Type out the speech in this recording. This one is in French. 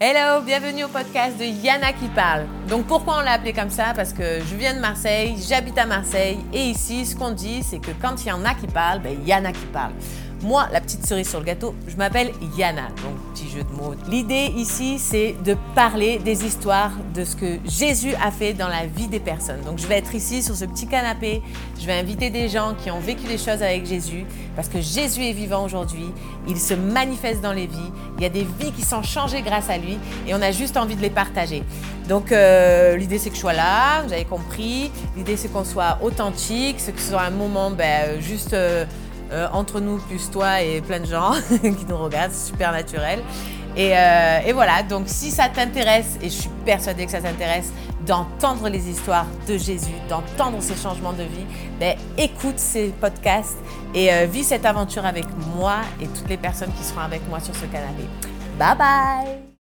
Hello, bienvenue au podcast de Yana qui parle. Donc pourquoi on l'a appelé comme ça? Parce que je viens de Marseille, j'habite à Marseille et ici ce qu'on dit c'est que quand il y en a qui parlent, Yana qui parle. Moi, la petite cerise sur le gâteau, je m'appelle Yana, donc petit jeu de mots. L'idée ici, c'est de parler des histoires de ce que Jésus a fait dans la vie des personnes. Donc je vais être ici sur ce petit canapé, je vais inviter des gens qui ont vécu des choses avec Jésus, parce que Jésus est vivant aujourd'hui, il se manifeste dans les vies, il y a des vies qui sont changées grâce à lui et on a juste envie de les partager. Donc l'idée c'est que je sois là, vous avez compris, l'idée c'est qu'on soit authentique, c'est que ce soit un moment juste... entre nous plus toi et plein de gens qui nous regardent, c'est super naturel. Et voilà, donc si ça t'intéresse, et je suis persuadée que ça t'intéresse, d'entendre les histoires de Jésus, d'entendre ces changements de vie, écoute ces podcasts et vis cette aventure avec moi et toutes les personnes qui seront avec moi sur ce canapé. Bye bye!